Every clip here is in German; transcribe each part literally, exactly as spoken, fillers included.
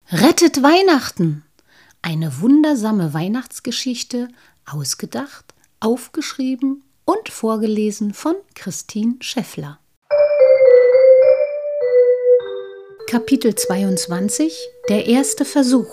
Rettet Weihnachten! Eine wundersame Weihnachtsgeschichte, ausgedacht, aufgeschrieben und vorgelesen von Christine Scheffler. Kapitel zweiundzwanzig – Der erste Versuch.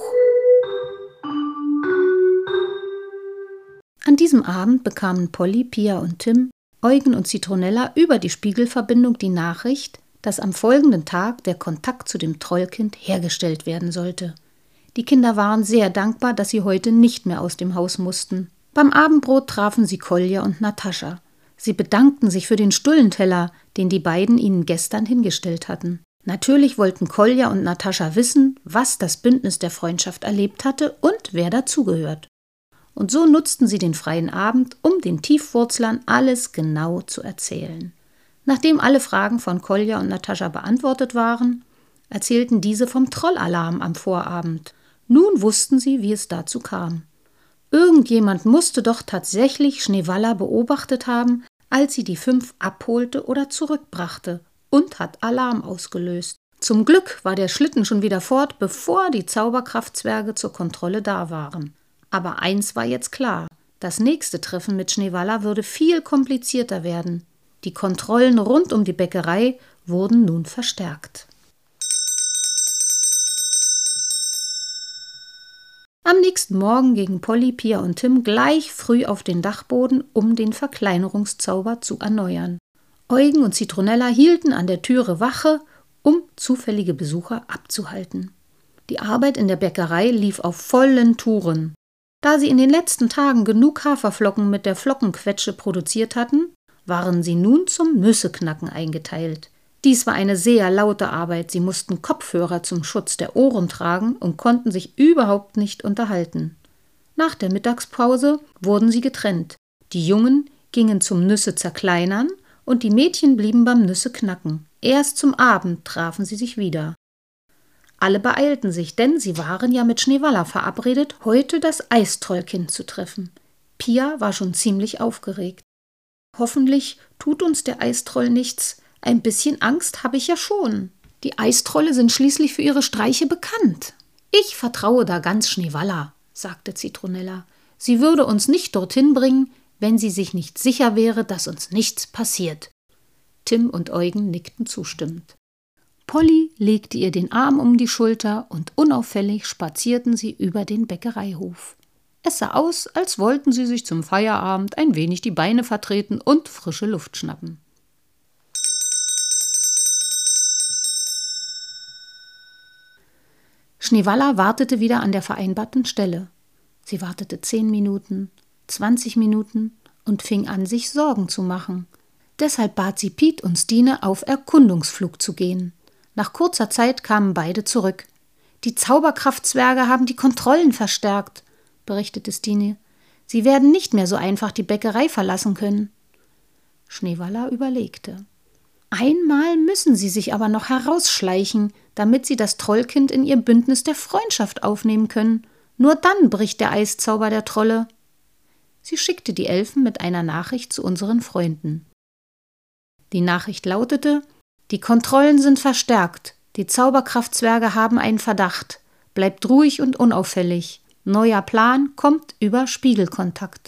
An diesem Abend bekamen Polly, Pia und Tim, Eugen und Zitronella über die Spiegelverbindung die Nachricht, dass am folgenden Tag der Kontakt zu dem Trollkind hergestellt werden sollte. Die Kinder waren sehr dankbar, dass sie heute nicht mehr aus dem Haus mussten. Beim Abendbrot trafen sie Kolja und Natascha. Sie bedankten sich für den Stullenteller, den die beiden ihnen gestern hingestellt hatten. Natürlich wollten Kolja und Natascha wissen, was das Bündnis der Freundschaft erlebt hatte und wer dazugehört. Und so nutzten sie den freien Abend, um den Tiefwurzlern alles genau zu erzählen. Nachdem alle Fragen von Kolja und Natascha beantwortet waren, erzählten diese vom Trollalarm am Vorabend. Nun wussten sie, wie es dazu kam. Irgendjemand musste doch tatsächlich Schneewalla beobachtet haben, als sie die fünf abholte oder zurückbrachte, und hat Alarm ausgelöst. Zum Glück war der Schlitten schon wieder fort, bevor die Zauberkraftzwerge zur Kontrolle da waren. Aber eins war jetzt klar: Das nächste Treffen mit Schneewalla würde viel komplizierter werden. Die Kontrollen rund um die Bäckerei wurden nun verstärkt. Am nächsten Morgen gingen Polly, Pia und Tim gleich früh auf den Dachboden, um den Verkleinerungszauber zu erneuern. Eugen und Zitronella hielten an der Türe Wache, um zufällige Besucher abzuhalten. Die Arbeit in der Bäckerei lief auf vollen Touren. Da sie in den letzten Tagen genug Haferflocken mit der Flockenquetsche produziert hatten, waren sie nun zum Nüsseknacken eingeteilt. Dies war eine sehr laute Arbeit, sie mussten Kopfhörer zum Schutz der Ohren tragen und konnten sich überhaupt nicht unterhalten. Nach der Mittagspause wurden sie getrennt. Die Jungen gingen zum Nüsse zerkleinern und die Mädchen blieben beim Nüsseknacken. Erst zum Abend trafen sie sich wieder. Alle beeilten sich, denn sie waren ja mit Schneewalla verabredet, heute das Eistrollkind zu treffen. Pia war schon ziemlich aufgeregt. Hoffentlich tut uns der Eistroll nichts. Ein bisschen Angst habe ich ja schon. Die Eistrolle sind schließlich für ihre Streiche bekannt. Ich vertraue da ganz Schneewalla, sagte Zitronella. Sie würde uns nicht dorthin bringen, wenn sie sich nicht sicher wäre, dass uns nichts passiert. Tim und Eugen nickten zustimmend. Polly legte ihr den Arm um die Schulter und unauffällig spazierten sie über den Bäckereihof. Es sah aus, als wollten sie sich zum Feierabend ein wenig die Beine vertreten und frische Luft schnappen. Schneewalla wartete wieder an der vereinbarten Stelle. Sie wartete zehn Minuten, zwanzig Minuten und fing an, sich Sorgen zu machen. Deshalb bat sie Piet und Stine, auf Erkundungsflug zu gehen. Nach kurzer Zeit kamen beide zurück. Die Zauberkraftzwerge haben die Kontrollen verstärkt, berichtete Stine. Sie werden nicht mehr so einfach die Bäckerei verlassen können. Schneewalla überlegte. Einmal müssen sie sich aber noch herausschleichen, damit sie das Trollkind in ihr Bündnis der Freundschaft aufnehmen können. Nur dann bricht der Eiszauber der Trolle. Sie schickte die Elfen mit einer Nachricht zu unseren Freunden. Die Nachricht lautete: Die Kontrollen sind verstärkt. Die Zauberkraftzwerge haben einen Verdacht. Bleibt ruhig und unauffällig. Neuer Plan kommt über Spiegelkontakt.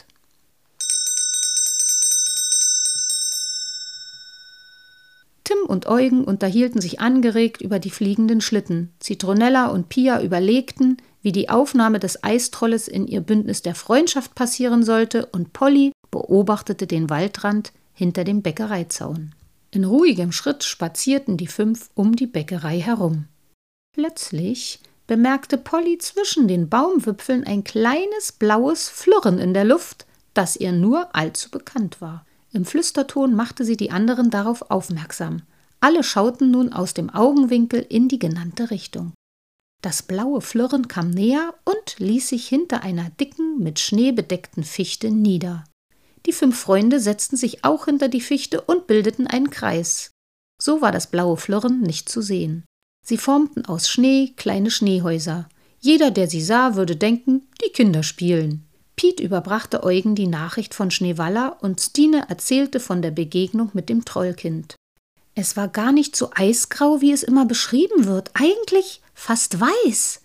Tim und Eugen unterhielten sich angeregt über die fliegenden Schlitten. Zitronella und Pia überlegten, wie die Aufnahme des Eistrolles in ihr Bündnis der Freundschaft passieren sollte, und Polly beobachtete den Waldrand hinter dem Bäckereizaun. In ruhigem Schritt spazierten die fünf um die Bäckerei herum. Plötzlich bemerkte Polly zwischen den Baumwipfeln ein kleines blaues Flirren in der Luft, das ihr nur allzu bekannt war. Im Flüsterton machte sie die anderen darauf aufmerksam. Alle schauten nun aus dem Augenwinkel in die genannte Richtung. Das blaue Flirren kam näher und ließ sich hinter einer dicken, mit Schnee bedeckten Fichte nieder. Die fünf Freunde setzten sich auch hinter die Fichte und bildeten einen Kreis. So war das blaue Flirren nicht zu sehen. Sie formten aus Schnee kleine Schneehäuser. Jeder, der sie sah, würde denken, die Kinder spielen. Piet überbrachte Eugen die Nachricht von Schneewalla und Stine erzählte von der Begegnung mit dem Trollkind. Es war gar nicht so eisgrau, wie es immer beschrieben wird. Eigentlich fast weiß.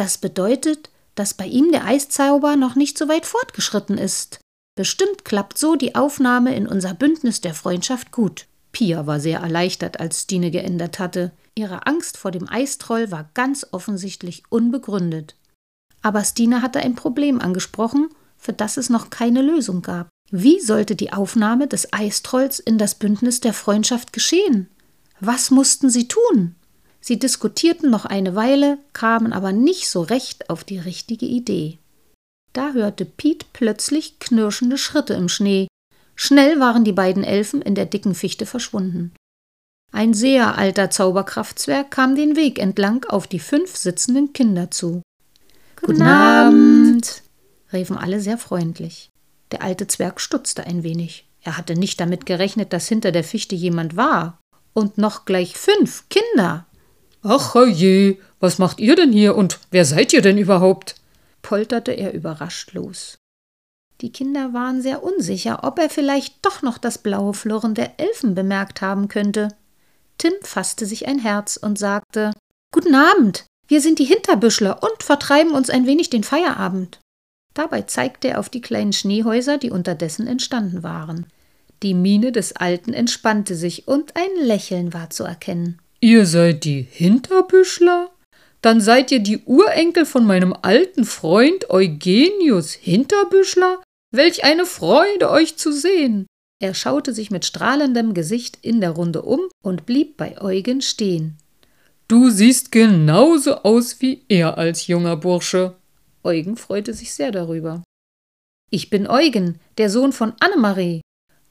Das bedeutet, dass bei ihm der Eiszauber noch nicht so weit fortgeschritten ist. Bestimmt klappt so die Aufnahme in unser Bündnis der Freundschaft gut. Pia war sehr erleichtert, als Stine geändert hatte. Ihre Angst vor dem Eistroll war ganz offensichtlich unbegründet. Aber Stine hatte ein Problem angesprochen, für das es noch keine Lösung gab. Wie sollte die Aufnahme des Eistrolls in das Bündnis der Freundschaft geschehen? Was mussten sie tun? Sie diskutierten noch eine Weile, kamen aber nicht so recht auf die richtige Idee. Da hörte Piet plötzlich knirschende Schritte im Schnee. Schnell waren die beiden Elfen in der dicken Fichte verschwunden. Ein sehr alter Zauberkraftzwerg kam den Weg entlang auf die fünf sitzenden Kinder zu. »Guten Abend«, riefen alle sehr freundlich. Der alte Zwerg stutzte ein wenig. Er hatte nicht damit gerechnet, dass hinter der Fichte jemand war. Und noch gleich fünf Kinder. »Ach je, was macht ihr denn hier und wer seid ihr denn überhaupt?« polterte er überrascht los. Die Kinder waren sehr unsicher, ob er vielleicht doch noch das blaue Flirren der Elfen bemerkt haben könnte. Tim fasste sich ein Herz und sagte: »Guten Abend, wir sind die Hinterbüschler und vertreiben uns ein wenig den Feierabend.« Dabei zeigte er auf die kleinen Schneehäuser, die unterdessen entstanden waren. Die Miene des Alten entspannte sich und ein Lächeln war zu erkennen. »Ihr seid die Hinterbüschler? Dann seid ihr die Urenkel von meinem alten Freund Eugenius Hinterbüschler? Welch eine Freude, euch zu sehen!« Er schaute sich mit strahlendem Gesicht in der Runde um und blieb bei Eugen stehen. »Du siehst genauso aus wie er als junger Bursche.« Eugen freute sich sehr darüber. »Ich bin Eugen, der Sohn von Annemarie.«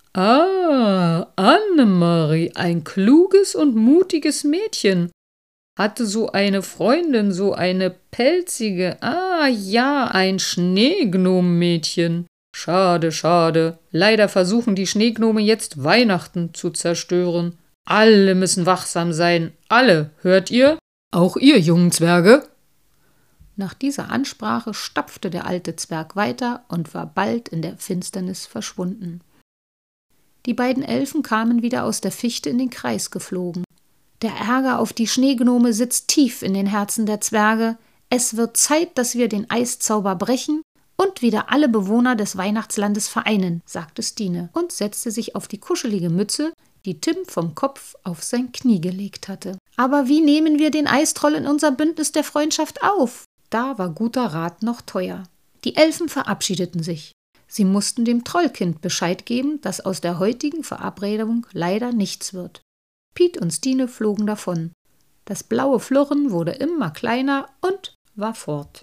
»Ah, Annemarie, ein kluges und mutiges Mädchen. Hatte so eine Freundin, so eine pelzige, ah ja, ein Schneegnomenmädchen. Schade, schade. Leider versuchen die Schneegnome jetzt Weihnachten zu zerstören. Alle müssen wachsam sein, alle, hört ihr? Auch ihr jungen Zwerge?« Nach dieser Ansprache stapfte der alte Zwerg weiter und war bald in der Finsternis verschwunden. Die beiden Elfen kamen wieder aus der Fichte in den Kreis geflogen. Der Ärger auf die Schneegnome sitzt tief in den Herzen der Zwerge. Es wird Zeit, dass wir den Eiszauber brechen und wieder alle Bewohner des Weihnachtslandes vereinen, sagte Stine und setzte sich auf die kuschelige Mütze, die Tim vom Kopf auf sein Knie gelegt hatte. »Aber wie nehmen wir den Eistroll in unser Bündnis der Freundschaft auf?« Da war guter Rat noch teuer. Die Elfen verabschiedeten sich. Sie mussten dem Trollkind Bescheid geben, dass aus der heutigen Verabredung leider nichts wird. Piet und Stine flogen davon. Das blaue Flirren wurde immer kleiner und war fort.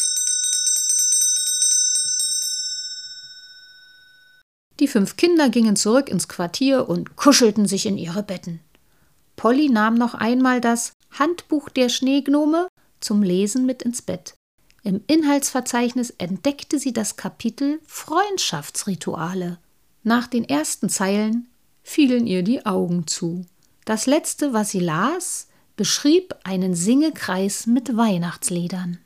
Die fünf Kinder gingen zurück ins Quartier und kuschelten sich in ihre Betten. Polly nahm noch einmal das Handbuch der Schneegnome zum Lesen mit ins Bett. Im Inhaltsverzeichnis entdeckte sie das Kapitel Freundschaftsrituale. Nach den ersten Zeilen fielen ihr die Augen zu. Das letzte, was sie las, beschrieb einen Singekreis mit Weihnachtsliedern.